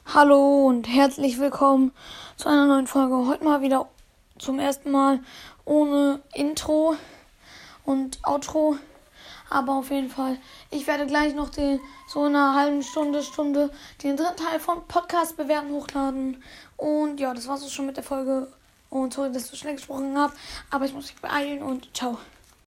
Hallo und herzlich willkommen zu einer neuen Folge. Heute mal wieder zum ersten Mal ohne Intro und Outro. Aber auf jeden Fall, ich werde gleich noch so in einer halben Stunde den dritten Teil von Podcast bewerten hochladen. Und ja, das war's auch schon mit der Folge. Und sorry, dass ich so schnell gesprochen habe. Aber ich muss mich beeilen und ciao.